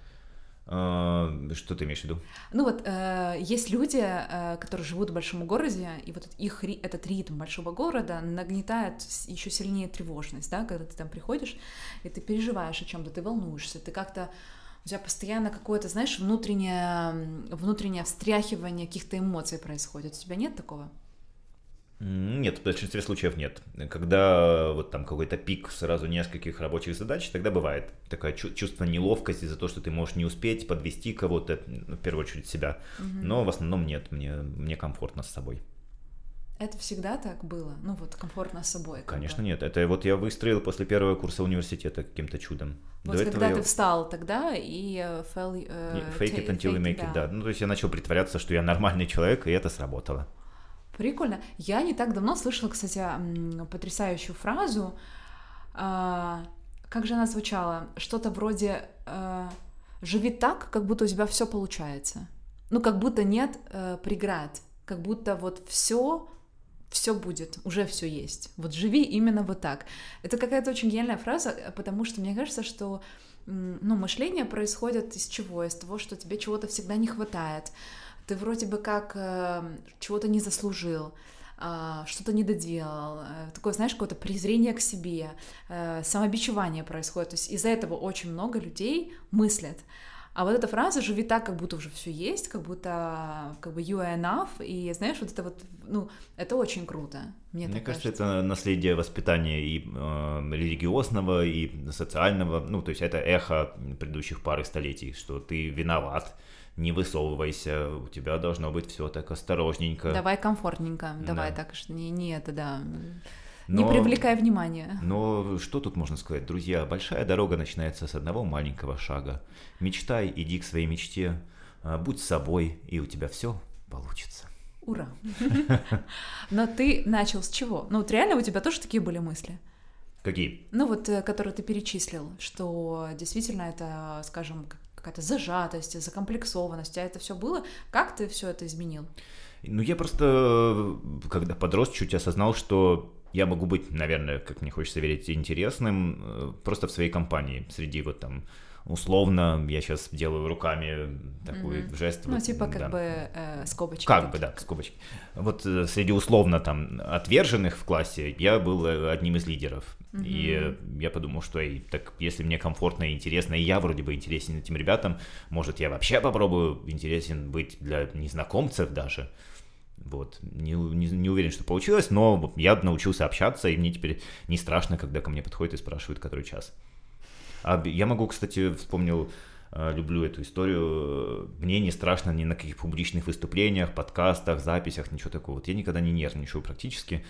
Что ты имеешь в виду? Ну вот, э, есть люди, э, которые живут в большом городе, и вот их, этот ритм большого города нагнетает еще сильнее тревожность, да, когда ты там приходишь, и ты переживаешь о чем-то, ты волнуешься, ты как-то, у тебя постоянно какое-то, знаешь, внутреннее, внутреннее встряхивание каких-то эмоций происходит. У тебя нет такого? Нет, в большинстве случаев нет. Когда вот там какой-то пик сразу нескольких рабочих задач, тогда бывает такое чувство неловкости за то, что ты можешь не успеть подвести кого-то, в первую очередь себя. Угу. Но в основном нет, мне, мне комфортно с собой. Это всегда так было? Ну вот, комфортно с собой? Конечно нет. Это вот я выстроил после первого курса университета каким-то чудом. Вот До когда ты я... встал тогда и fell, uh, fake it until you make it, да. Ну то есть я начал притворяться, что я нормальный человек, и это сработало. Прикольно. Я не так давно слышала, кстати, потрясающую фразу. Как же она звучала? Что-то вроде «живи так, как будто у тебя все получается». Ну, как будто нет преград, как будто вот все все будет, уже все есть. Вот живи именно вот так. Это какая-то очень гениальная фраза, потому что мне кажется, что ну, мышление происходит из чего? Из того, что тебе чего-то всегда не хватает. Ты вроде бы как э, чего-то не заслужил, э, что-то не доделал. Э, такое, знаешь, какое-то презрение к себе, э, самобичевание происходит. То есть из-за этого очень много людей мыслят. А вот эта фраза «живи так, как будто уже все есть», как будто как бы you are enough, и знаешь, вот это вот, ну, это очень круто, мне, Мне так кажется, кажется. это наследие воспитания и э, религиозного, и социального, ну, то есть это эхо предыдущих пары столетий, что ты виноват, не высовывайся, у тебя должно быть все так осторожненько. Давай комфортненько, давай Да. так, что не, не это, да, Но, не привлекай внимания. но что тут можно сказать, друзья? Большая дорога начинается с одного маленького шага. Мечтай, иди к своей мечте, а, будь собой, и у тебя все получится. Ура! Но ты начал с чего? Ну вот реально у тебя тоже такие были мысли? Какие? Ну вот, э, которые ты перечислил, что действительно это, скажем, какая-то зажатость, закомплексованность, а это все было? Как ты все это изменил? Ну, я просто, когда подрос, чуть осознал, что я могу быть, наверное, как мне хочется верить, интересным э, просто в своей компании, среди вот там, условно, я сейчас делаю руками такой Мгм. жест. Ну вот, типа как да. бы э, скобочки. Как бы, такие. да, скобочки. Вот э, среди условно там отверженных в классе я был э, одним из лидеров. Мгм. И э, я подумал, что эй, так если мне комфортно и интересно, и я вроде бы интересен этим ребятам, может, я вообще попробую интересен быть для незнакомцев даже. Вот. Не, не, не уверен, что получилось, но я научился общаться, и мне теперь не страшно, когда ко мне подходят и спрашивают, который час. А я могу, кстати, вспомнил, э, люблю эту историю, мне не страшно ни на каких публичных выступлениях, подкастах, записях, ничего такого. Вот я никогда не нервничаю практически,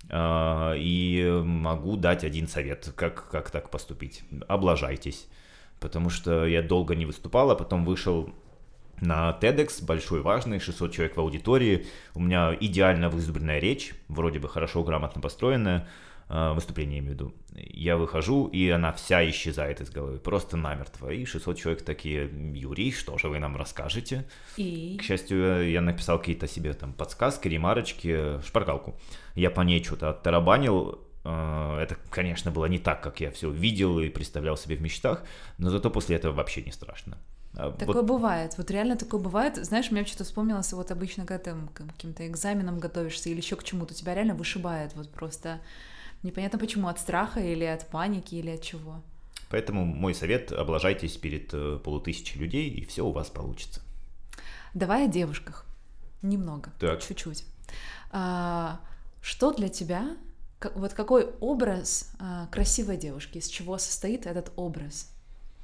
э, и могу дать один совет, как, как так поступить. Облажайтесь, потому что я долго не выступал, а потом вышел на TEDx, большой, важный, шестьсот человек в аудитории, у меня идеально вызубренная речь, вроде бы хорошо, грамотно построенная, выступление, я имею в виду. Я выхожу, и она вся исчезает из головы, просто намертво. И шестьсот человек такие: Юрий, что же вы нам расскажете? И... К счастью, я написал какие-то себе там подсказки, ремарочки, шпаргалку. Я по ней что-то оттарабанил. Это, конечно, было не так, как я все видел и представлял себе в мечтах, но зато после этого вообще не страшно. Такое вот. Бывает, вот реально такое бывает. Знаешь, мне что-то вспомнилось, вот обычно, когда ты к каким-то экзаменам готовишься или еще к чему-то, тебя реально вышибает вот просто... Непонятно почему, от страха или от паники, или от чего. Поэтому мой совет: облажайтесь перед полутысячей людей, и все у вас получится. Давай о девушках. Немного, так. чуть-чуть. А, что для тебя, как, вот какой образ а, красивой девушки, из чего состоит этот образ?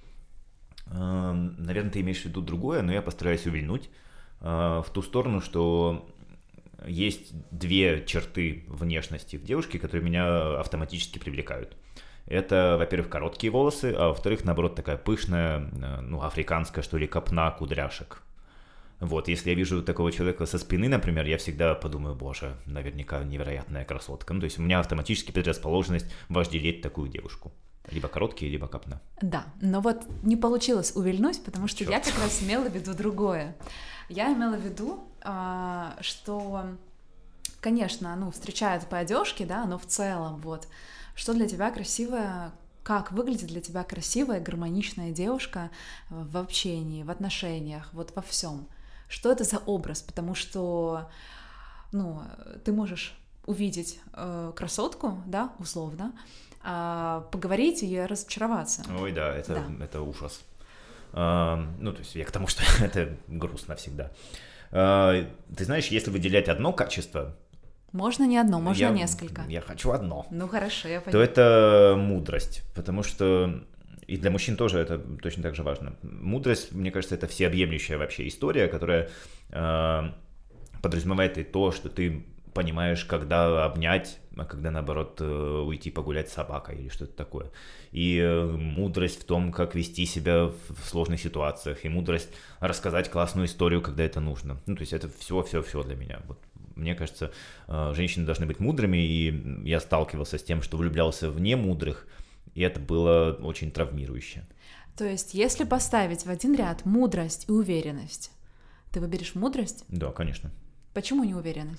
А, наверное, ты имеешь в виду другое, но я постараюсь увильнуть а, в ту сторону, что... Есть две черты внешности в девушке, которые меня автоматически привлекают. Это, во-первых, короткие волосы, а во-вторых, наоборот, такая пышная, ну, африканская, что ли, копна кудряшек. Вот, если я вижу такого человека со спины, например, я всегда подумаю: боже, наверняка невероятная красотка. Ну, то есть у меня автоматически предрасположенность вожделеть такую девушку. Либо короткие, либо копна. Да, но вот не получилось увильнуть, потому что Чёрт. я как раз имела в виду другое. Я имела в виду, что, конечно, ну, встречают по одежке, да, но в целом, вот, что для тебя красивая, как выглядит для тебя красивая, гармоничная девушка в общении, в отношениях, вот во всем. Что это за образ? Потому что, ну, ты можешь увидеть э, красотку, да, условно, а поговорить и разочароваться. Ой, да, это, Да. это ужас. А, ну, то есть я к тому, что это грустно всегда. А, ты знаешь, если выделять одно качество... Можно не одно, можно я, несколько. Я хочу одно. Ну, хорошо, я поняла. То это мудрость, потому что... И для мужчин тоже это точно так же важно. Мудрость, мне кажется, это всеобъемлющая вообще история, которая э, подразумевает и то, что ты понимаешь, когда обнять, а когда, наоборот, уйти погулять с собакой или что-то такое. И мудрость в том, как вести себя в сложных ситуациях, и мудрость рассказать классную историю, когда это нужно. Ну, то есть это все-все-все для меня. Вот. Мне кажется, женщины должны быть мудрыми, и я сталкивался с тем, что влюблялся в немудрых, и это было очень травмирующе. То есть, если поставить в один ряд мудрость и уверенность, ты выберешь мудрость? Да, конечно. Почему неуверенность?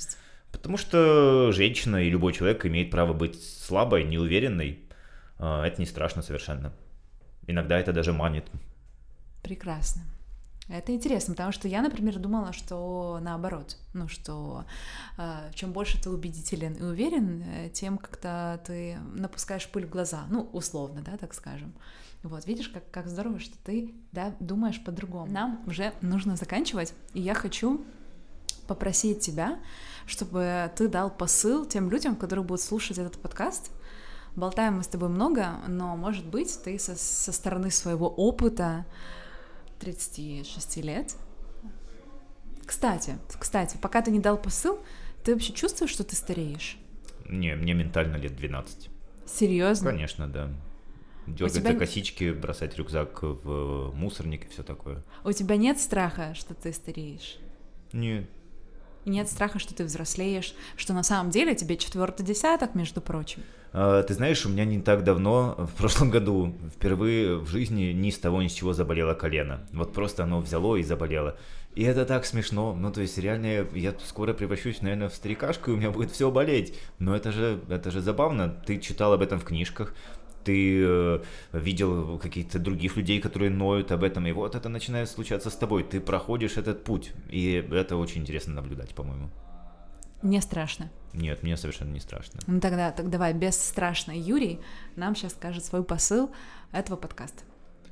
Потому что женщина и любой человек имеет право быть слабой, неуверенной. Это не страшно совершенно. Иногда это даже манит. Прекрасно. Это интересно, потому что я, например, думала, что наоборот, ну что э, чем больше ты убедителен и уверен, э, тем как-то ты напускаешь пыль в глаза, ну, условно, да, так скажем. Вот, видишь, как, как здорово, что ты, да, думаешь по-другому. Нам уже нужно заканчивать, и я хочу попросить тебя, чтобы ты дал посыл тем людям, которые будут слушать этот подкаст. Болтаем мы с тобой много, но, может быть, ты со, со стороны своего опыта тридцати шести лет. Кстати, кстати, пока ты не дал посыл, ты вообще чувствуешь, что ты стареешь? Не, мне ментально лет двенадцать. Серьезно? Конечно, да. Дергать тебя... за косички, бросать рюкзак в мусорник и все такое. У тебя нет страха, что ты стареешь? Нет. И нет страха, что ты взрослеешь, что на самом деле тебе четвертый десяток, между прочим? А, ты знаешь, у меня не так давно, в прошлом году, впервые в жизни ни с того ни с чего заболело колено. Вот просто оно взяло и заболело. И это так смешно. Ну, то есть, реально, я скоро превращусь, наверное, в старикашку, и у меня будет все болеть. Но это же, это же забавно. Ты читал об этом в книжках, ты э, видел каких-то других людей, которые ноют об этом, и вот это начинает случаться с тобой. Ты проходишь этот путь, и это очень интересно наблюдать, по-моему. Не страшно? Нет, мне совершенно не страшно. Ну тогда так давай, бесстрашно. Юрий нам сейчас скажет свой посыл этого подкаста.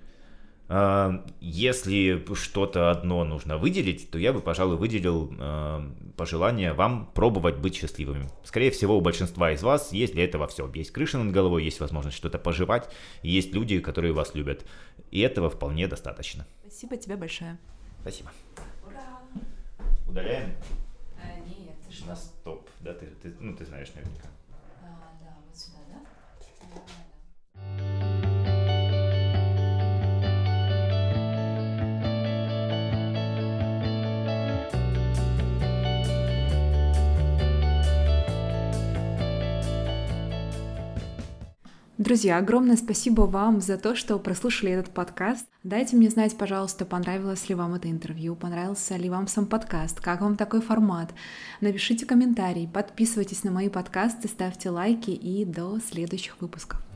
Если что-то одно нужно выделить, то я бы, пожалуй, выделил э, пожелание вам пробовать быть счастливыми. Скорее всего, у большинства из вас есть для этого все. Есть крыша над головой, есть возможность что-то пожевать, есть люди, которые вас любят. И этого вполне достаточно. Спасибо тебе большое. Спасибо. Ура! Удаляем? А, нет, ты что? На стоп. Да, ты, ты, ну, ты знаешь наверняка. А, да, вот сюда, да? Да, да, да. Друзья, огромное спасибо вам за то, что прослушали этот подкаст. Дайте мне знать, пожалуйста, понравилось ли вам это интервью, понравился ли вам сам подкаст, как вам такой формат. Напишите комментарий, подписывайтесь на мои подкасты, ставьте лайки и до следующих выпусков.